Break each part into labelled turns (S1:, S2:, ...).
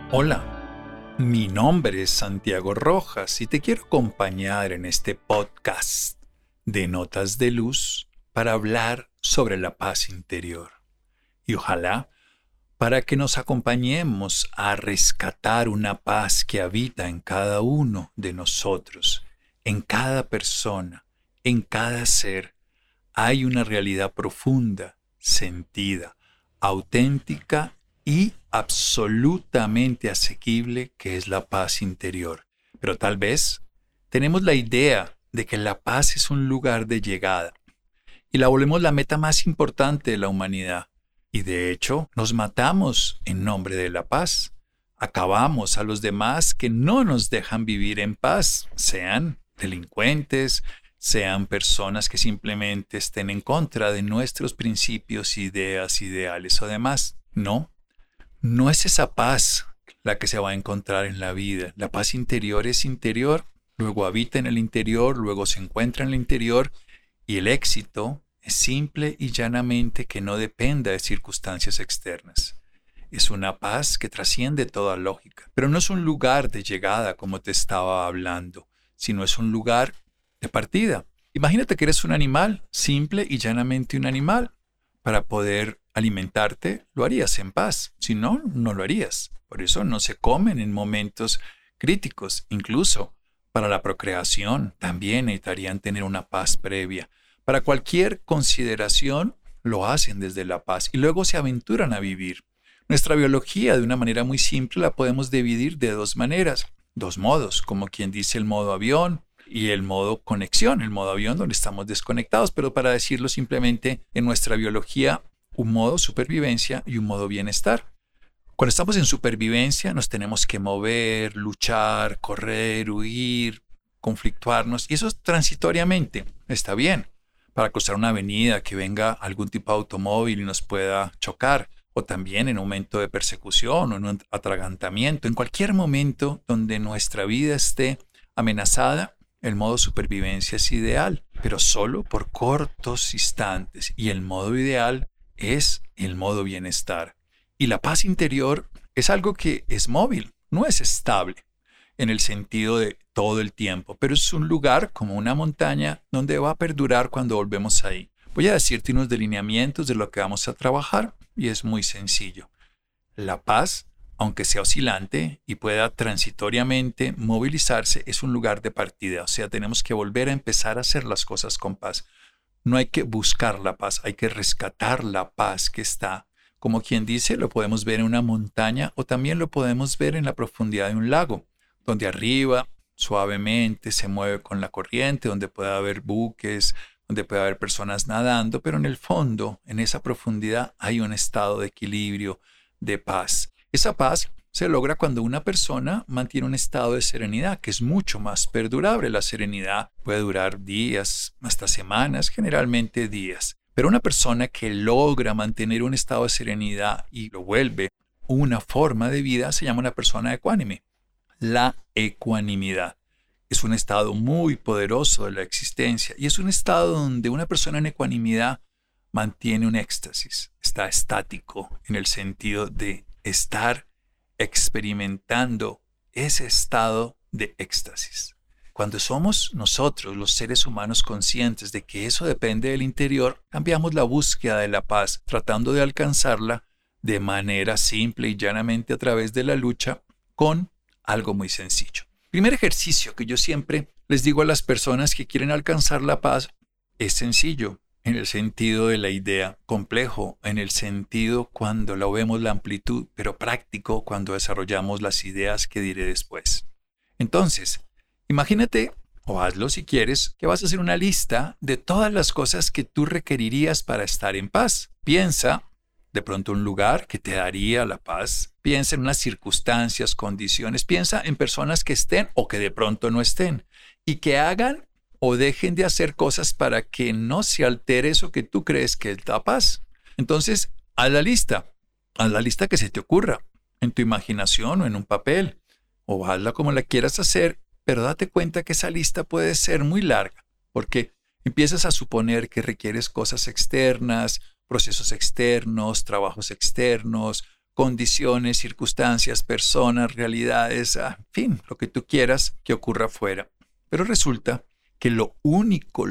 S1: Hola, mi nombre es Santiago Rojas y te quiero acompañar en este podcast de Notas de Luz para hablar sobre la paz interior. Y ojalá para que nos acompañemos a rescatar una paz que habita en cada uno de nosotros, en cada persona, en cada ser. Hay una realidad profunda, sentida, auténtica y absolutamente asequible que es la paz interior. Pero tal vez tenemos la idea de que la paz es un lugar de llegada y la volvemos la meta más importante de la humanidad. Y de hecho, nos matamos en nombre de la paz. Acabamos a los demás que no nos dejan vivir en paz, sean delincuentes, sean personas que simplemente estén en contra de nuestros principios, ideas, ideales o demás. No es esa paz la que se va a encontrar en la vida. La paz interior es interior, luego habita en el interior, luego se encuentra en el interior y el éxito es simple y llanamente que no dependa de circunstancias externas. Es una paz que trasciende toda lógica, pero no es un lugar de llegada como te estaba hablando, sino es un lugar de partida. Imagínate que eres un animal, simple y llanamente un animal. Para poder alimentarte, lo harías en paz. Si no, no lo harías. Por eso no se comen en momentos críticos. Incluso para la procreación también necesitarían tener una paz previa. Para cualquier consideración, lo hacen desde la paz y luego se aventuran a vivir. Nuestra biología, de una manera muy simple, la podemos dividir de dos maneras, dos modos, como quien dice el modo avión y el modo conexión, el modo avión donde estamos desconectados, pero para decirlo simplemente, en nuestra biología, un modo supervivencia y un modo bienestar. Cuando estamos en supervivencia nos tenemos que mover, luchar, correr, huir, conflictuarnos, y eso es transitoriamente, está bien, para cruzar una avenida que venga algún tipo de automóvil y nos pueda chocar, o también en un momento de persecución o en un atragantamiento, en cualquier momento donde nuestra vida esté amenazada. El modo supervivencia es ideal, pero solo por cortos instantes. Y el modo ideal es el modo bienestar. Y la paz interior es algo que es móvil, no es estable en el sentido de todo el tiempo, pero es un lugar como una montaña donde va a perdurar cuando volvemos ahí. Voy a decirte unos delineamientos de lo que vamos a trabajar y es muy sencillo. La paz, aunque sea oscilante y pueda transitoriamente movilizarse, es un lugar de partida. O sea, tenemos que volver a empezar a hacer las cosas con paz. No hay que buscar la paz, hay que rescatar la paz que está. Como quien dice, lo podemos ver en una montaña o también lo podemos ver en la profundidad de un lago, donde arriba suavemente se mueve con la corriente, donde puede haber buques, donde puede haber personas nadando, pero en el fondo, en esa profundidad, hay un estado de equilibrio, de paz. Esa paz se logra cuando una persona mantiene un estado de serenidad que es mucho más perdurable. La serenidad puede durar días, hasta semanas, generalmente días. Pero una persona que logra mantener un estado de serenidad y lo vuelve una forma de vida se llama una persona ecuánime. La ecuanimidad es un estado muy poderoso de la existencia y es un estado donde una persona en ecuanimidad mantiene un éxtasis, está estático en el sentido de estar experimentando ese estado de éxtasis. Cuando somos nosotros, los seres humanos, conscientes de que eso depende del interior, cambiamos la búsqueda de la paz, tratando de alcanzarla de manera simple y llanamente a través de la lucha con algo muy sencillo. Primer ejercicio que yo siempre les digo a las personas que quieren alcanzar la paz es sencillo, en el sentido de la idea, complejo en el sentido cuando lo vemos la amplitud, pero práctico cuando desarrollamos las ideas que diré después. Entonces, imagínate, o hazlo si quieres, que vas a hacer una lista de todas las cosas que tú requerirías para estar en paz. Piensa, de pronto, un lugar que te daría la paz. Piensa en unas circunstancias, condiciones. Piensa en personas que estén o que de pronto no estén y que hagan o dejen de hacer cosas para que no se altere eso que tú crees que es la paz. Entonces, haz la lista que se te ocurra, en tu imaginación o en un papel, o hazla como la quieras hacer, pero date cuenta que esa lista puede ser muy larga, porque empiezas a suponer que requieres cosas externas, procesos externos, trabajos externos, condiciones, circunstancias, personas, realidades, en fin, lo que tú quieras que ocurra afuera. Pero resulta que lo único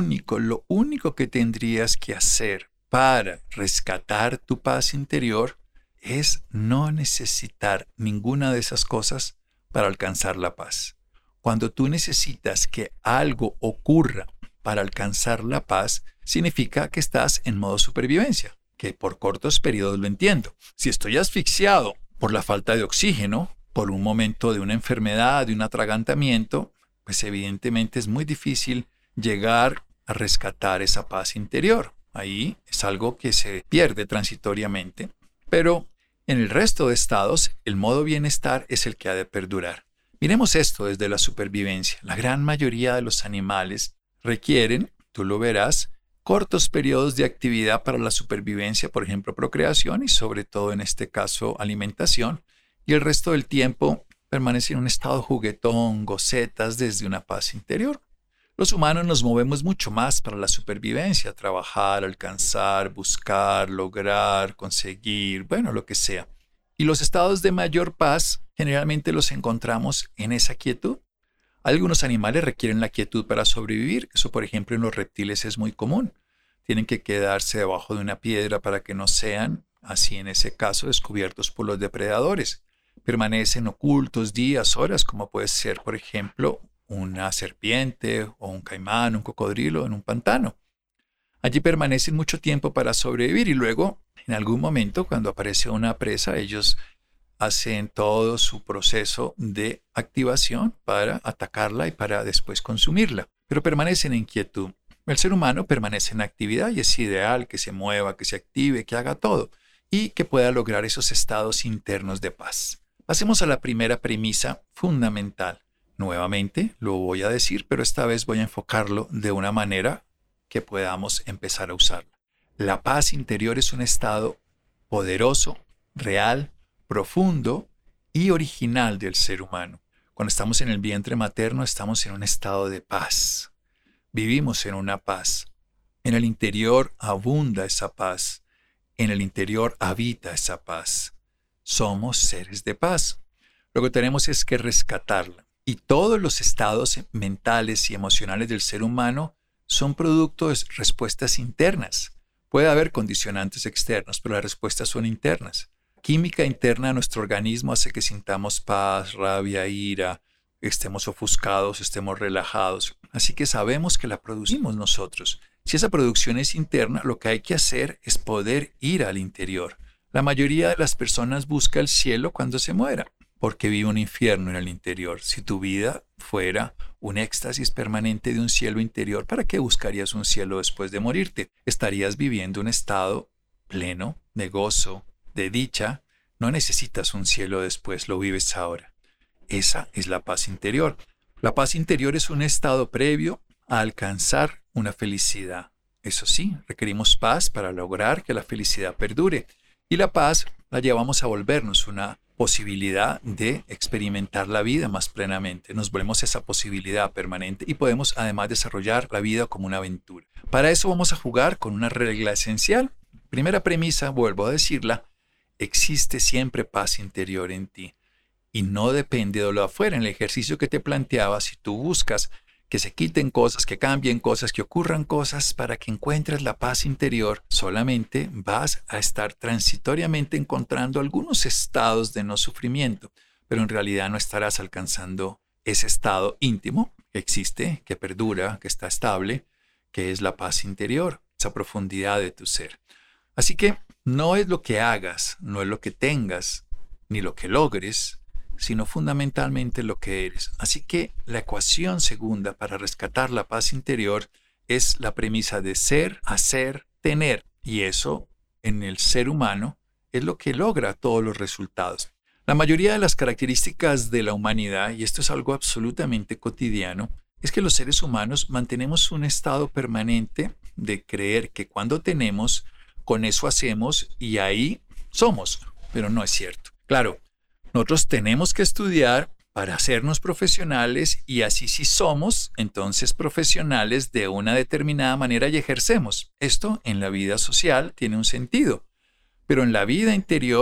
S1: que tendrías que hacer para rescatar tu paz interior es no necesitar ninguna de esas cosas para alcanzar la paz. Cuando tú necesitas que algo ocurra para alcanzar la paz, significa que estás en modo supervivencia, que por cortos periodos lo entiendo. Si estoy asfixiado por la falta de oxígeno, por un momento de una enfermedad, de un atragantamiento, pues evidentemente es muy difícil llegar a rescatar esa paz interior. Ahí es algo que se pierde transitoriamente, pero en el resto de estados el modo bienestar es el que ha de perdurar. Miremos esto desde la supervivencia. La gran mayoría de los animales requieren, tú lo verás, cortos periodos de actividad para la supervivencia, por ejemplo, procreación y sobre todo en este caso alimentación, y el resto del tiempo permanece en un estado juguetón, gocetas desde una paz interior. Los humanos nos movemos mucho más para la supervivencia, trabajar, alcanzar, buscar, lograr, conseguir, bueno, lo que sea. Y los estados de mayor paz generalmente los encontramos en esa quietud. Algunos animales requieren la quietud para sobrevivir. Eso, por ejemplo, en los reptiles es muy común. Tienen que quedarse debajo de una piedra para que no sean, así en ese caso, descubiertos por los depredadores. Permanecen ocultos días, horas, como puede ser, por ejemplo, una serpiente o un caimán, un cocodrilo en un pantano. Allí permanecen mucho tiempo para sobrevivir y luego, en algún momento, cuando aparece una presa, ellos hacen todo su proceso de activación para atacarla y para después consumirla, pero permanecen en quietud. El ser humano permanece en actividad y es ideal que se mueva, que se active, que haga todo y que pueda lograr esos estados internos de paz. Pasemos a la primera premisa fundamental. Nuevamente lo voy a decir, pero esta vez voy a enfocarlo de una manera que podamos empezar a usarla. La paz interior es un estado poderoso, real, profundo y original del ser humano. Cuando estamos en el vientre materno estamos en un estado de paz. Vivimos en una paz. En el interior abunda esa paz. En el interior habita esa paz. Somos seres de paz. Lo que tenemos es que rescatarla. Y todos los estados mentales y emocionales del ser humano son producto de respuestas internas. Puede haber condicionantes externos, pero las respuestas son internas. La química interna de nuestro organismo hace que sintamos paz, rabia, ira, estemos ofuscados, estemos relajados. Así que sabemos que la producimos nosotros. Si esa producción es interna, lo que hay que hacer es poder ir al interior. La mayoría de las personas busca el cielo cuando se muera, porque vive un infierno en el interior. Si tu vida fuera un éxtasis permanente de un cielo interior, ¿para qué buscarías un cielo después de morirte? Estarías viviendo un estado pleno de gozo, de dicha. No necesitas un cielo después, lo vives ahora. Esa es la paz interior. La paz interior es un estado previo a alcanzar una felicidad. Eso sí, requerimos paz para lograr que la felicidad perdure. Y la paz la llevamos a volvernos una posibilidad de experimentar la vida más plenamente. Nos volvemos esa posibilidad permanente y podemos además desarrollar la vida como una aventura. Para eso vamos a jugar con una regla esencial. Primera premisa, vuelvo a decirla, existe siempre paz interior en ti y no depende de lo afuera. En el ejercicio que te planteaba, si tú buscas que se quiten cosas, que cambien cosas, que ocurran cosas para que encuentres la paz interior, solamente vas a estar transitoriamente encontrando algunos estados de no sufrimiento, pero en realidad no estarás alcanzando ese estado íntimo que existe, que perdura, que está estable, que es la paz interior, esa profundidad de tu ser. Así que no es lo que hagas, no es lo que tengas, ni lo que logres, sino fundamentalmente lo que eres. Así que la ecuación segunda para rescatar la paz interior es la premisa de ser, hacer, tener. Y eso, en el ser humano, es lo que logra todos los resultados. La mayoría de las características de la humanidad, y esto es algo absolutamente cotidiano, es que los seres humanos mantenemos un estado permanente de creer que cuando tenemos, con eso hacemos y ahí somos. Pero no es cierto. Claro, nosotros tenemos que estudiar para hacernos profesionales y así si somos, entonces profesionales de una determinada manera y ejercemos. Esto en la vida social tiene un sentido, pero en la vida interior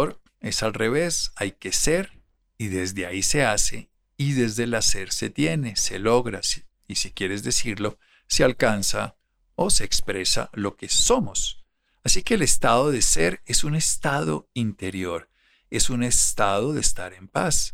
S1: es al revés, hay que ser y desde ahí se hace y desde el hacer se tiene, se logra y si quieres decirlo, se alcanza o se expresa lo que somos. Así que el estado de ser es un estado interior, es un estado de estar en paz,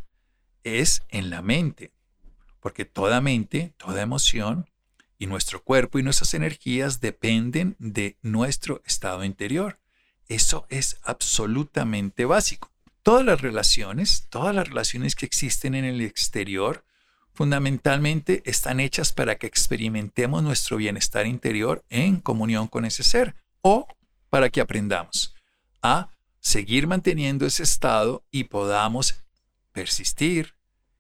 S1: es en la mente, porque toda mente, toda emoción y nuestro cuerpo y nuestras energías dependen de nuestro estado interior. Eso es absolutamente básico. Todas las relaciones que existen en el exterior, fundamentalmente están hechas para que experimentemos nuestro bienestar interior en comunión con ese ser o para que aprendamos a seguir manteniendo ese estado y podamos persistir,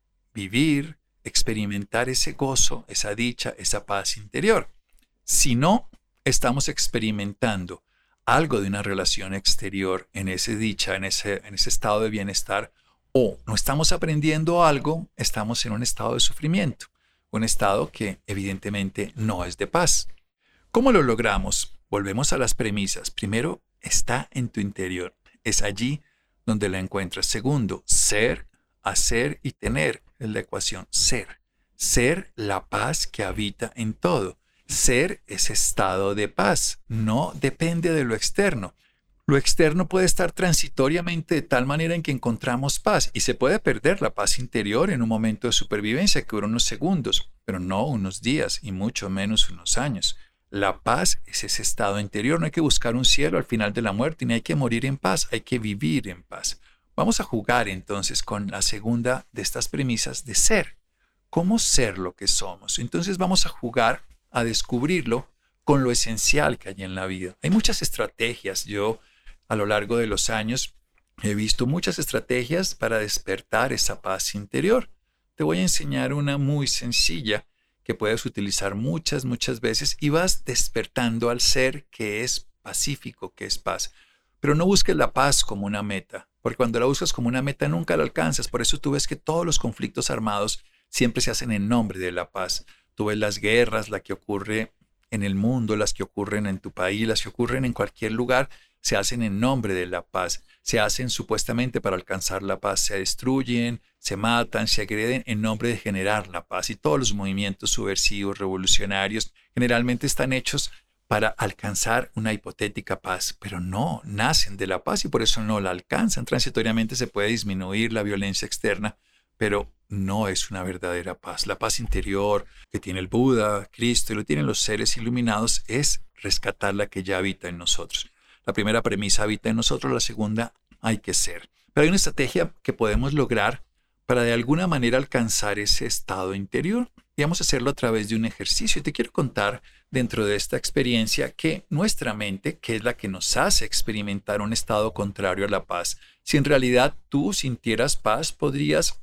S1: vivir, experimentar ese gozo, esa dicha, esa paz interior. Si no estamos experimentando algo de una relación exterior en esa dicha, en ese estado de bienestar, o no estamos aprendiendo algo, estamos en un estado de sufrimiento, un estado que evidentemente no es de paz. ¿Cómo lo logramos? Volvemos a las premisas. Primero, está en tu interior. Es allí donde la encuentras. Segundo, ser, hacer y tener es la ecuación. Ser. Ser la paz que habita en todo. Ser ese estado de paz. No depende de lo externo. Lo externo puede estar transitoriamente de tal manera en que encontramos paz y se puede perder la paz interior en un momento de supervivencia que dura unos segundos, pero no unos días y mucho menos unos años. La paz es ese estado interior. No hay que buscar un cielo al final de la muerte ni hay que morir en paz, hay que vivir en paz. Vamos a jugar entonces con la segunda de estas premisas de ser. ¿Cómo ser lo que somos? Entonces vamos a jugar a descubrirlo con lo esencial que hay en la vida. Hay muchas estrategias. Yo a lo largo de los años he visto muchas estrategias para despertar esa paz interior. Te voy a enseñar una muy sencilla que puedes utilizar muchas veces y vas despertando al ser que es pacífico, que es paz. Pero no busques la paz como una meta, porque cuando la buscas como una meta nunca la alcanzas. Por eso tú ves que todos los conflictos armados siempre se hacen en nombre de la paz. Tú ves las guerras, la que ocurre en el mundo, las que ocurren en tu país, las que ocurren en cualquier lugar, se hacen en nombre de la paz. Se hacen supuestamente para alcanzar la paz. Se destruyen, se matan, se agreden en nombre de generar la paz. Y todos los movimientos subversivos, revolucionarios, generalmente están hechos para alcanzar una hipotética paz, pero no nacen de la paz y por eso no la alcanzan. Transitoriamente se puede disminuir la violencia externa, pero no es una verdadera paz. La paz interior que tiene el Buda, Cristo y lo tienen los seres iluminados es rescatar la que ya habita en nosotros. La primera premisa habita en nosotros, la segunda hay que ser. Pero hay una estrategia que podemos lograr para de alguna manera alcanzar ese estado interior y vamos a hacerlo a través de un ejercicio. Y te quiero contar dentro de esta experiencia que nuestra mente, que es la que nos hace experimentar un estado contrario a la paz, si en realidad tú sintieras paz, podrías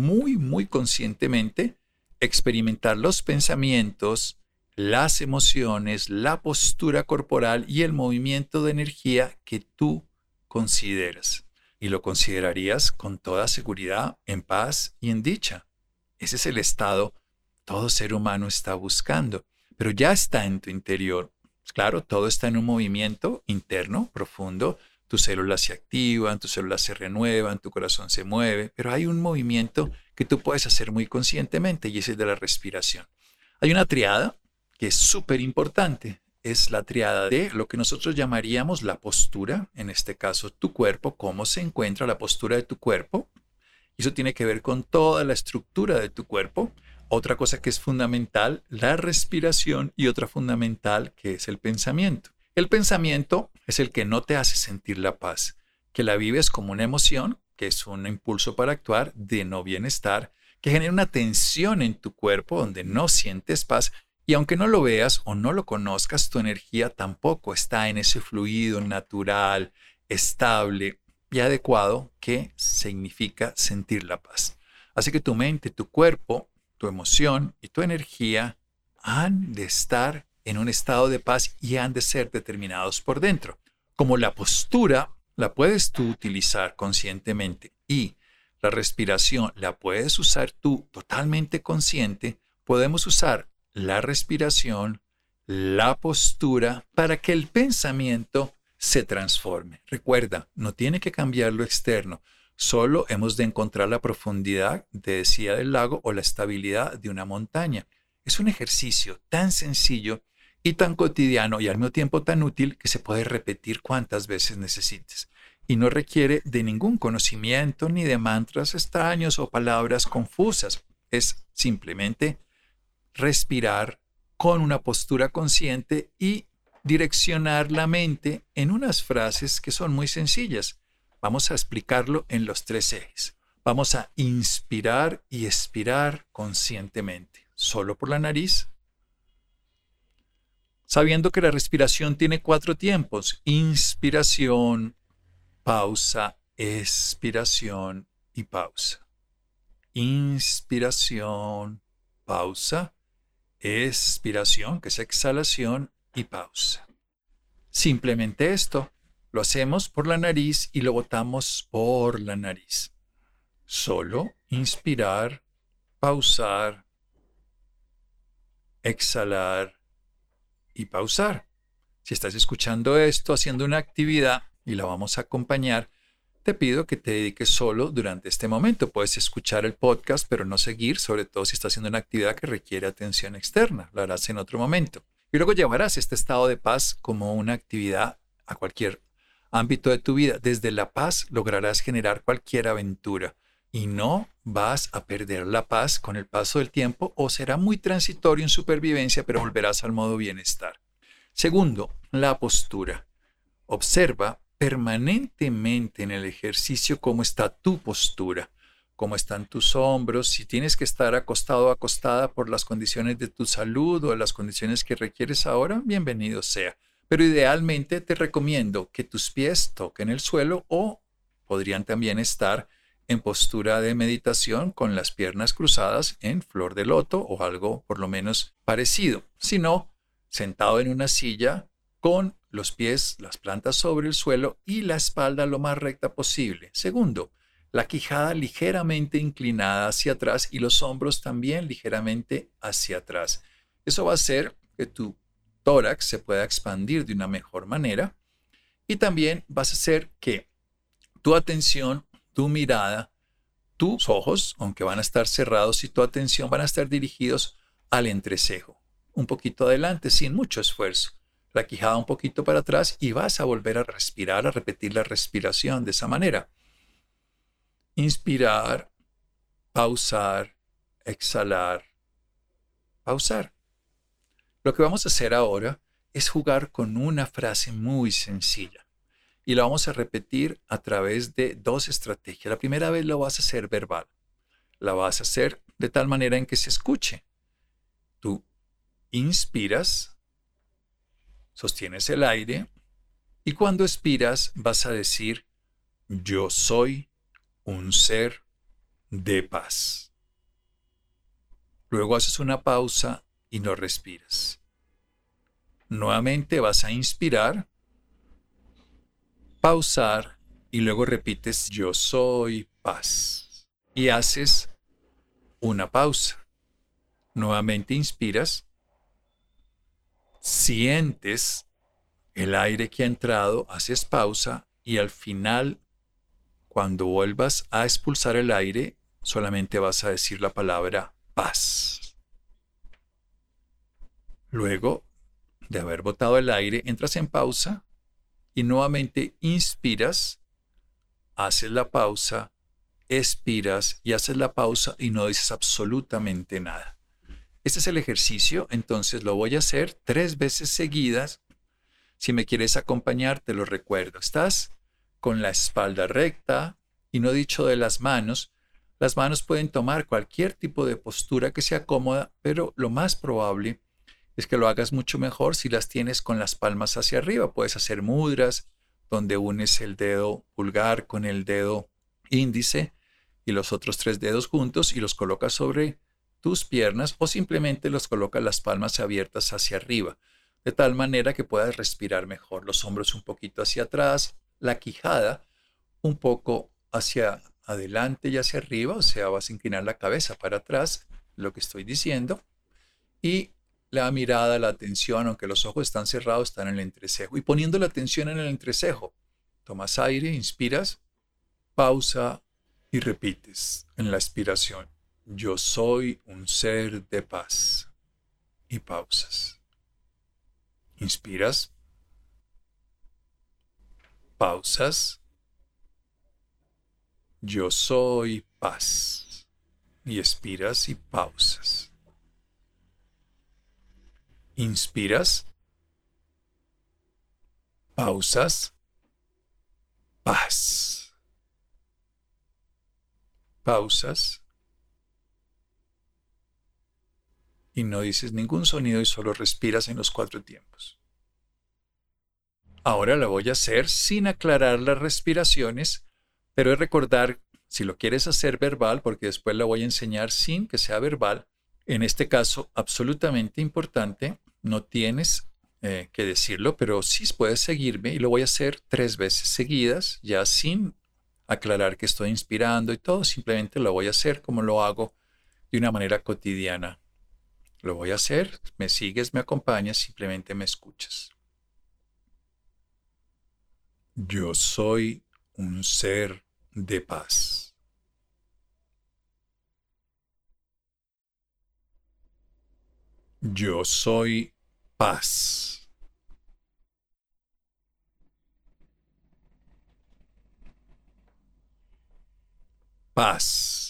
S1: muy conscientemente experimentar los pensamientos, las emociones, la postura corporal y el movimiento de energía que tú consideras. Y lo considerarías con toda seguridad en paz y en dicha. Ese es el estado que todo ser humano está buscando, pero ya está en tu interior. Claro, todo está en un movimiento interno, profundo. Tus células se activan, tus células se renuevan, tu corazón se mueve, pero hay un movimiento que tú puedes hacer muy conscientemente y ese es de la respiración. Hay una triada que es súper importante. Es la triada de lo que nosotros llamaríamos la postura, en este caso tu cuerpo, cómo se encuentra la postura de tu cuerpo. Y eso tiene que ver con toda la estructura de tu cuerpo. Otra cosa que es fundamental, la respiración y otra fundamental que es el pensamiento. El pensamiento es el que no te hace sentir la paz, que la vives como una emoción, que es un impulso para actuar de no bienestar, que genera una tensión en tu cuerpo donde no sientes paz. Y aunque no lo veas o no lo conozcas, tu energía tampoco está en ese fluido natural, estable y adecuado que significa sentir la paz. Así que tu mente, tu cuerpo, tu emoción y tu energía han de estar en un estado de paz y han de ser determinados por dentro. Como la postura la puedes tú utilizar conscientemente y la respiración la puedes usar tú totalmente consciente, podemos usar la respiración, la postura, para que el pensamiento se transforme. Recuerda, no tiene que cambiar lo externo, solo hemos de encontrar la profundidad, te decía, del lago o la estabilidad de una montaña. Es un ejercicio tan sencillo y tan cotidiano y al mismo tiempo tan útil que se puede repetir cuantas veces necesites. Y no requiere de ningún conocimiento ni de mantras extraños o palabras confusas. Es simplemente respirar con una postura consciente y direccionar la mente en unas frases que son muy sencillas. Vamos a explicarlo en los 3 ejes. Vamos a inspirar y expirar conscientemente, solo por la nariz, sabiendo que la respiración tiene 4 tiempos: inspiración, pausa, expiración y pausa. Inspiración, pausa, expiración, que es exhalación, y pausa. Simplemente esto lo hacemos por la nariz y lo botamos por la nariz. Solo inspirar, pausar, exhalar y pausar. Si estás escuchando esto haciendo una actividad y la vamos a acompañar, te pido que te dediques solo durante este momento. Puedes escuchar el podcast, pero no seguir, sobre todo si estás haciendo una actividad que requiere atención externa. Lo harás en otro momento. Y luego llevarás este estado de paz como una actividad a cualquier ámbito de tu vida. Desde la paz lograrás generar cualquier aventura y no vas a perder la paz con el paso del tiempo o será muy transitorio en supervivencia, pero volverás al modo bienestar. Segundo, la postura. Observa permanentemente en el ejercicio cómo está tu postura, cómo están tus hombros, si tienes que estar acostado o acostada por las condiciones de tu salud o las condiciones que requieres ahora, bienvenido sea. Pero idealmente te recomiendo que tus pies toquen el suelo o podrían también estar en postura de meditación con las piernas cruzadas en flor de loto o algo por lo menos parecido. Si no, sentado en una silla con los pies, las plantas sobre el suelo y la espalda lo más recta posible. Segundo, la quijada ligeramente inclinada hacia atrás y los hombros también ligeramente hacia atrás. Eso va a hacer que tu tórax se pueda expandir de una mejor manera y también vas a hacer que tu atención, tu mirada, tus ojos, aunque van a estar cerrados, y tu atención van a estar dirigidos al entrecejo. Un poquito adelante, sin mucho esfuerzo. La quijada un poquito para atrás y vas a volver a respirar, a repetir la respiración de esa manera. Inspirar, pausar, exhalar, pausar. Lo que vamos a hacer ahora es jugar con una frase muy sencilla y la vamos a repetir a través de 2 estrategias. La primera vez lo vas a hacer verbal. La vas a hacer de tal manera en que se escuche. Tú inspiras, sostienes el aire y cuando expiras vas a decir: yo soy un ser de paz. Luego haces una pausa y no respiras. Nuevamente vas a inspirar, pausar y luego repites: yo soy paz. Y haces una pausa. Nuevamente inspiras, sientes el aire que ha entrado, haces pausa y al final, cuando vuelvas a expulsar el aire, solamente vas a decir la palabra paz. Luego de haber botado el aire, entras en pausa y nuevamente inspiras, haces la pausa, expiras y haces la pausa y no dices absolutamente nada. Este es el ejercicio, entonces lo voy a hacer 3 veces seguidas. Si me quieres acompañar, te lo recuerdo. Estás con la espalda recta y no dicho de las manos. Las manos pueden tomar cualquier tipo de postura que sea cómoda, pero lo más probable es que lo hagas mucho mejor si las tienes con las palmas hacia arriba. Puedes hacer mudras, donde unes el dedo pulgar con el dedo índice y los otros 3 dedos juntos y los colocas sobre tus piernas o simplemente los colocas las palmas abiertas hacia arriba, de tal manera que puedas respirar mejor. Los hombros un poquito hacia atrás, la quijada un poco hacia adelante y hacia arriba, o sea, vas a inclinar la cabeza para atrás, lo que estoy diciendo, y la mirada, la atención, aunque los ojos están cerrados, están en el entrecejo. Y poniendo la atención en el entrecejo, tomas aire, inspiras, pausa y repites en la expiración. Yo soy un ser de paz. Y pausas. Inspiras, pausas. Yo soy paz. Y expiras y pausas. Inspiras, pausas, paz. Pausas. Y no dices ningún sonido y solo respiras en los 4 tiempos. Ahora la voy a hacer sin aclarar las respiraciones, pero es recordar, si lo quieres hacer verbal, porque después la voy a enseñar sin que sea verbal, en este caso absolutamente importante, no tienes que decirlo, pero sí puedes seguirme y lo voy a hacer 3 veces seguidas, ya sin aclarar que estoy inspirando y todo, simplemente lo voy a hacer como lo hago de una manera cotidiana. Lo voy a hacer, me sigues, me acompañas, simplemente me escuchas. Yo soy un ser de paz. Yo soy paz. Paz.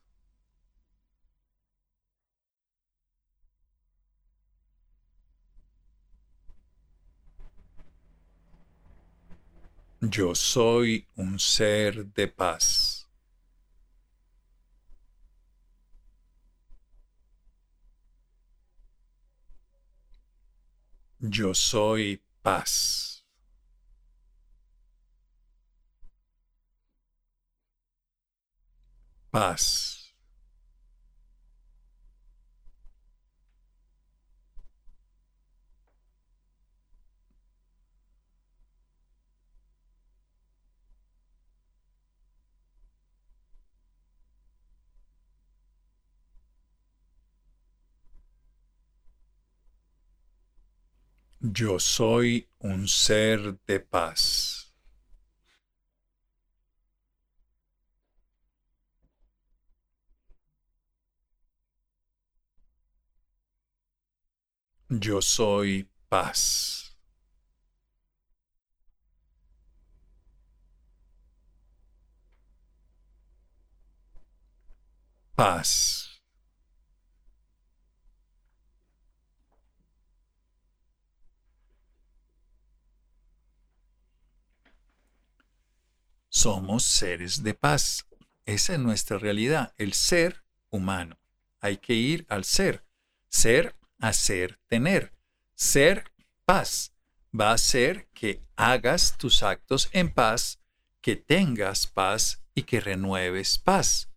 S1: Yo soy un ser de paz. Yo soy paz. Paz. Yo soy un ser de paz. Yo soy paz. Paz. Somos seres de paz. Esa es nuestra realidad, el ser humano. Hay que ir al ser. Ser, hacer, tener. Ser, paz. Va a ser que hagas tus actos en paz, que tengas paz y que renueves paz.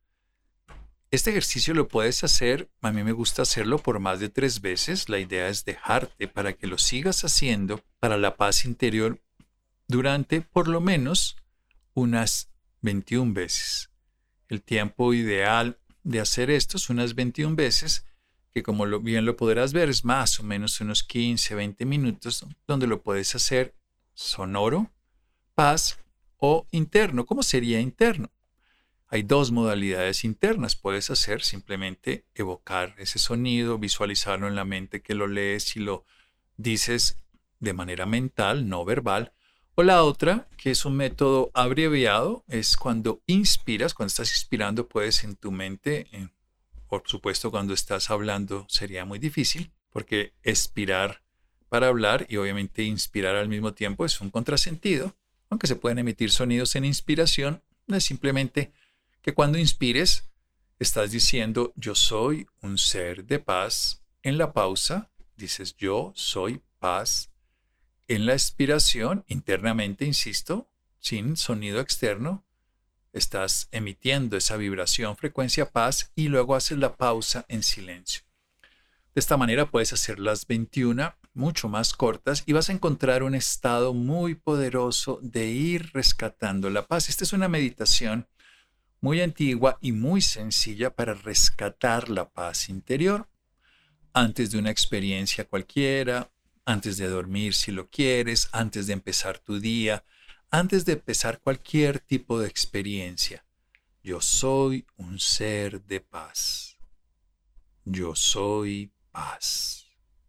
S1: Este ejercicio lo puedes hacer, a mí me gusta hacerlo por más de 3 veces. La idea es dejarte para que lo sigas haciendo para la paz interior durante por lo menos unas 21 veces. El tiempo ideal de hacer esto es unas 21 veces, que como bien lo podrás ver es más o menos unos 15, 20 minutos, donde lo puedes hacer sonoro, paz o interno. ¿Cómo sería interno? Hay 2 modalidades internas. Puedes hacer simplemente evocar ese sonido, visualizarlo en la mente que lo lees y lo dices de manera mental, no verbal. O la otra, que es un método abreviado, es cuando inspiras, cuando estás inspirando puedes en tu mente, por supuesto cuando estás hablando sería muy difícil, porque expirar para hablar y obviamente inspirar al mismo tiempo es un contrasentido, aunque se pueden emitir sonidos en inspiración, no es simplemente que cuando inspires estás diciendo yo soy un ser de paz. En la pausa dices yo soy paz. En la expiración, internamente, insisto, sin sonido externo, estás emitiendo esa vibración, frecuencia paz y luego haces la pausa en silencio. De esta manera puedes hacer las 21 mucho más cortas y vas a encontrar un estado muy poderoso de ir rescatando la paz. Esta es una meditación muy antigua y muy sencilla para rescatar la paz interior. antes de una experiencia cualquiera, antes de dormir si lo quieres, antes de empezar tu día, antes de empezar cualquier tipo de experiencia. Yo soy un ser de paz. Yo soy paz.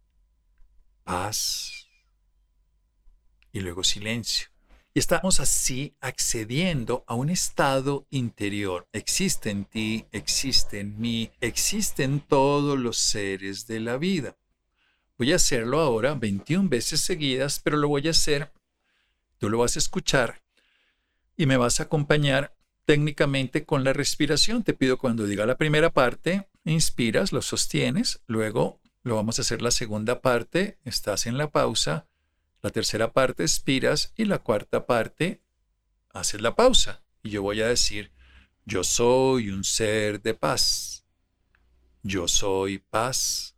S1: Paz. Y luego silencio. Y estamos así accediendo a un estado interior. Existe en ti, existe en mí, existen todos los seres de la vida. Voy a hacerlo ahora 21 veces seguidas, pero lo voy a hacer, tú lo vas a escuchar y me vas a acompañar técnicamente con la respiración. Te pido cuando diga la primera parte, inspiras, lo sostienes, luego lo vamos a hacer la segunda parte, estás en la pausa, la tercera parte expiras y la cuarta parte haces la pausa. Y yo voy a decir, yo soy un ser de paz. Yo soy paz,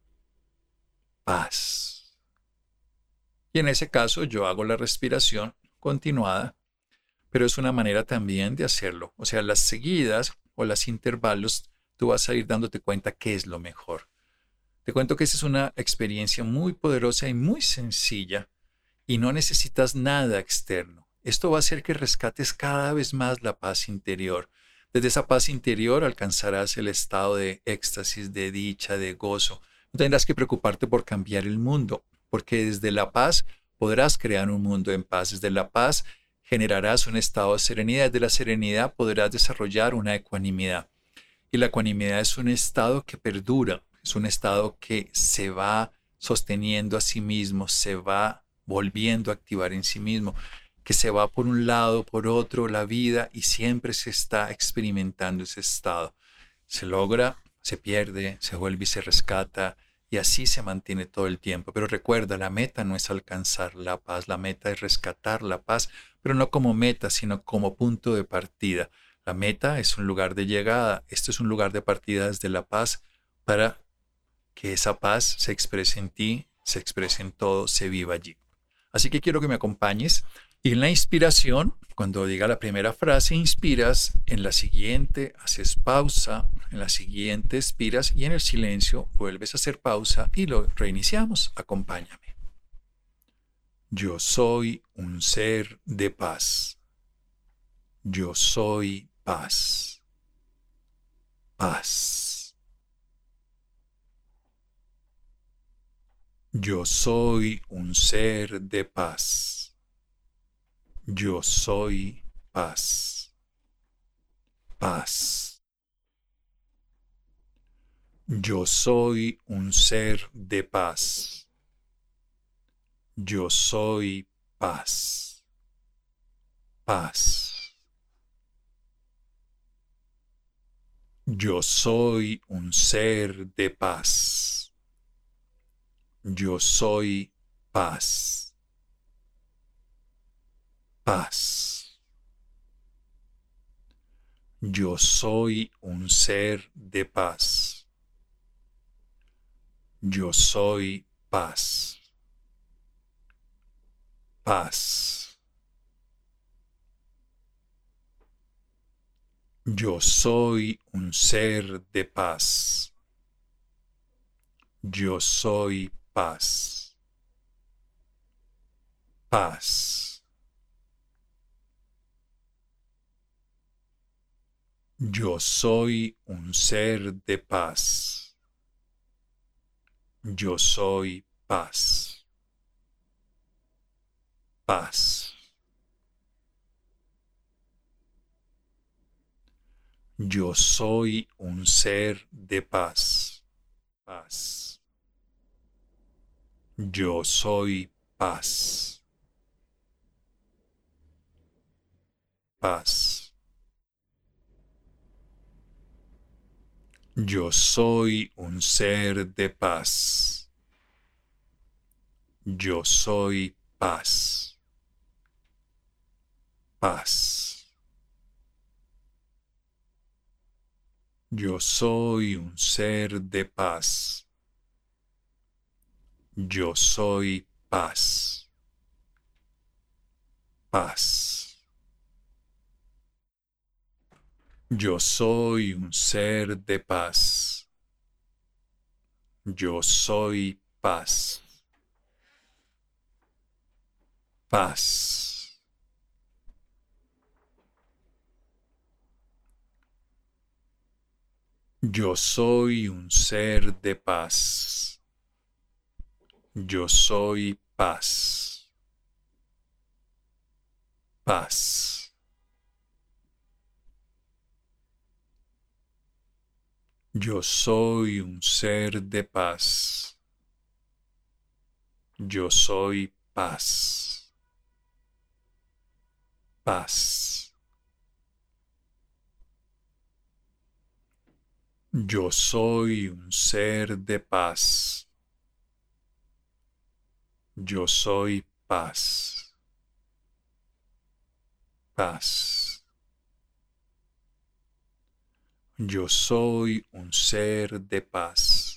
S1: paz. Y en ese caso yo hago la respiración continuada, pero es una manera también de hacerlo. O sea, las seguidas o los intervalos, tú vas a ir dándote cuenta qué es lo mejor. Te cuento que esa es una experiencia muy poderosa y muy sencilla y no necesitas nada externo. Esto va a hacer que rescates cada vez más la paz interior. Desde esa paz interior alcanzarás el estado de éxtasis, de dicha, de gozo. No tendrás que preocuparte por cambiar el mundo, porque desde la paz podrás crear un mundo en paz. Desde la paz generarás un estado de serenidad. Desde la serenidad podrás desarrollar una ecuanimidad. Y la ecuanimidad es un estado que perdura, es un estado que se va sosteniendo a sí mismo, se va volviendo a activar en sí mismo, que se va por un lado, por otro, la vida, y siempre se está experimentando ese estado. Se logra, se pierde, se vuelve y se rescata, y así se mantiene todo el tiempo. Pero recuerda, la meta no es alcanzar la paz, la meta es rescatar la paz, pero no como meta, sino como punto de partida. La meta es un lugar de llegada, esto es un lugar de partida desde la paz para que esa paz se exprese en ti, se exprese en todo, se viva allí. Así que quiero que me acompañes y en la inspiración, cuando diga la primera frase, inspiras, en la siguiente haces pausa, en la siguiente expiras y en el silencio vuelves a hacer pausa y lo reiniciamos. Acompáñame. Yo soy un ser de paz. Yo soy paz. Paz. Yo soy un ser de paz. Yo soy paz. Paz. Yo soy un ser de paz. Yo soy paz. Paz. Yo soy un ser de paz. Yo soy paz. Paz. Yo soy un ser de paz. Yo soy paz. Paz. Yo soy un ser de paz. Yo soy paz. Paz. Yo soy un ser de paz. Yo soy paz. Paz. Yo soy un ser de paz. Paz. Yo soy paz. Paz. Yo soy un ser de paz. Yo soy paz. Paz. Yo soy un ser de paz. Yo soy paz. Paz. Yo soy un ser de paz. Yo soy paz. Paz. Yo soy un ser de paz. Yo soy paz. Paz. Yo soy un ser de paz. Yo soy paz. Paz. Yo soy un ser de paz. Yo soy paz. Paz. Yo soy un ser de paz.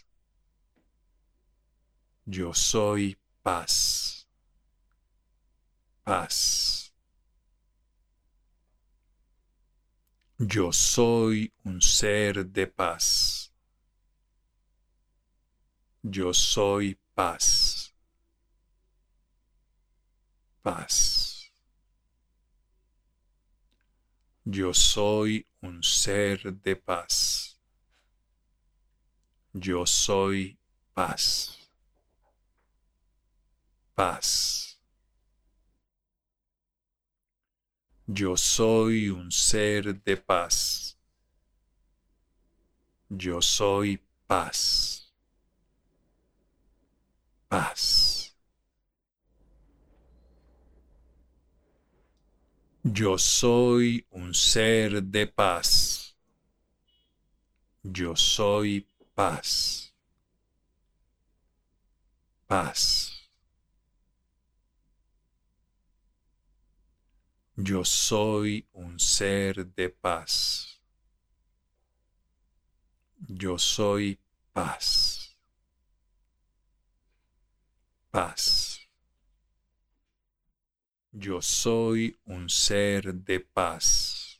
S1: Yo soy paz. Paz. Yo soy un ser de paz. Yo soy paz. Paz. Yo soy un ser de paz. Yo soy paz. Paz. Yo soy un ser de paz. Yo soy paz. Paz. Yo soy un ser de paz. Yo soy paz. Paz. Yo soy un ser de paz. Yo soy paz. Paz. Yo soy un ser de paz.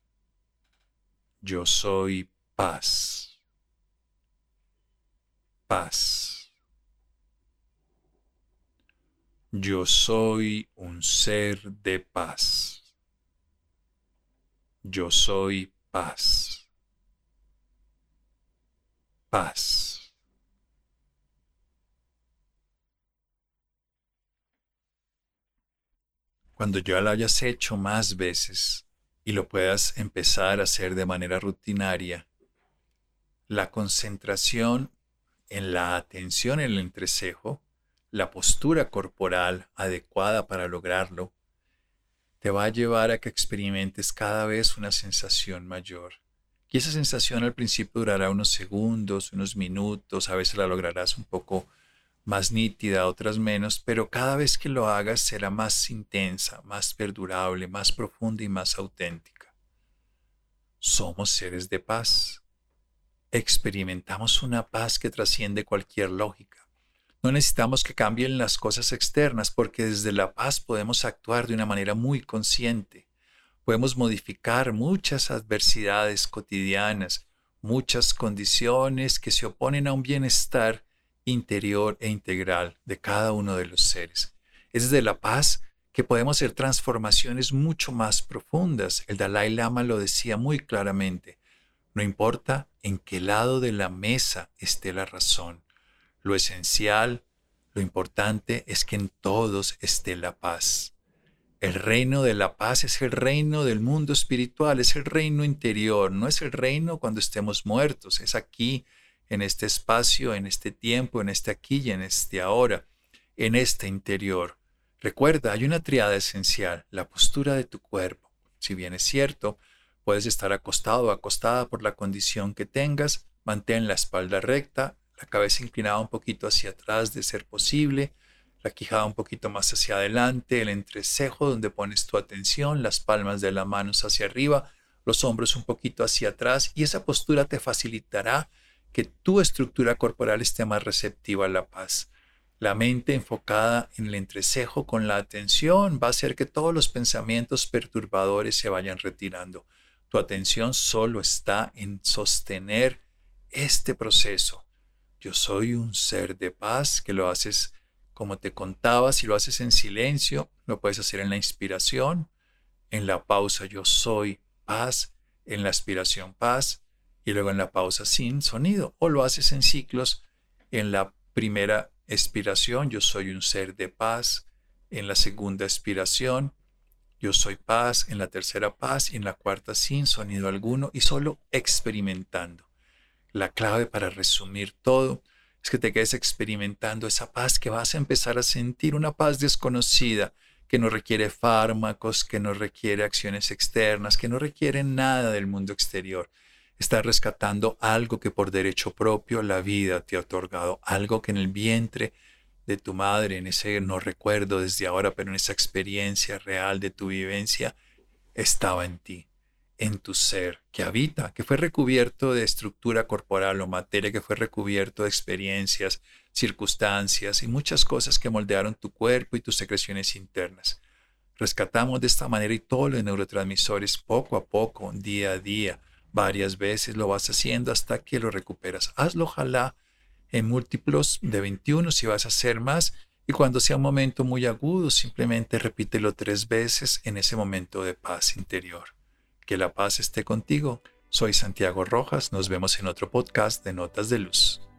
S1: Yo soy paz. Paz. Yo soy un ser de paz. Yo soy paz. Paz. Cuando ya lo hayas hecho más veces y lo puedas empezar a hacer de manera rutinaria, la concentración en la atención en el entrecejo, la postura corporal adecuada para lograrlo, te va a llevar a que experimentes cada vez una sensación mayor. Y esa sensación al principio durará unos segundos, unos minutos, a veces la lograrás un poco más nítida, otras menos, pero cada vez que lo hagas será más intensa, más perdurable, más profunda y más auténtica. Somos seres de paz. Experimentamos una paz que trasciende cualquier lógica. No necesitamos que cambien las cosas externas porque desde la paz podemos actuar de una manera muy consciente. Podemos modificar muchas adversidades cotidianas, muchas condiciones que se oponen a un bienestar interior e integral de cada uno de los seres. Es desde la paz que podemos hacer transformaciones mucho más profundas. El Dalai Lama lo decía muy claramente. No importa en qué lado de la mesa esté la razón. Lo esencial, lo importante es que en todos esté la paz. El reino de la paz es el reino del mundo espiritual, es el reino interior, no es el reino cuando estemos muertos, es aquí, en este espacio, en este tiempo, en este aquí y en este ahora, en este interior. Recuerda, hay una triada esencial, la postura de tu cuerpo. Si bien es cierto, puedes estar acostado o acostada por la condición que tengas, mantén la espalda recta, la cabeza inclinada un poquito hacia atrás de ser posible, la quijada un poquito más hacia adelante, el entrecejo donde pones tu atención, las palmas de las manos hacia arriba, los hombros un poquito hacia atrás y esa postura te facilitará que tu estructura corporal esté más receptiva a la paz. La mente enfocada en el entrecejo con la atención va a hacer que todos los pensamientos perturbadores se vayan retirando. Tu atención solo está en sostener este proceso. Yo soy un ser de paz, que lo haces como te contaba. Si lo haces en silencio, lo puedes hacer en la inspiración, en la pausa yo soy paz, en la aspiración paz y luego en la pausa sin sonido. O lo haces en ciclos, en la primera expiración yo soy un ser de paz, en la segunda expiración yo soy paz, en la tercera paz y en la cuarta sin sonido alguno y solo experimentando. La clave para resumir todo es que te quedes experimentando esa paz que vas a empezar a sentir, una paz desconocida que no requiere fármacos, que no requiere acciones externas, que no requiere nada del mundo exterior. Estás rescatando algo que por derecho propio la vida te ha otorgado, algo que en el vientre de tu madre, en ese no recuerdo desde ahora, pero en esa experiencia real de tu vivencia, estaba en ti, en tu ser, que habita, que fue recubierto de estructura corporal o materia, que fue recubierto de experiencias, circunstancias y muchas cosas que moldearon tu cuerpo y tus secreciones internas. Rescatamos de esta manera y todos los neurotransmisores poco a poco, día a día, varias veces lo vas haciendo hasta que lo recuperas. Hazlo, ojalá, en múltiplos de 21 si vas a hacer más. Y cuando sea un momento muy agudo, simplemente repítelo 3 veces en ese momento de paz interior. Que la paz esté contigo. Soy Santiago Rojas. Nos vemos en otro podcast de Notas de Luz.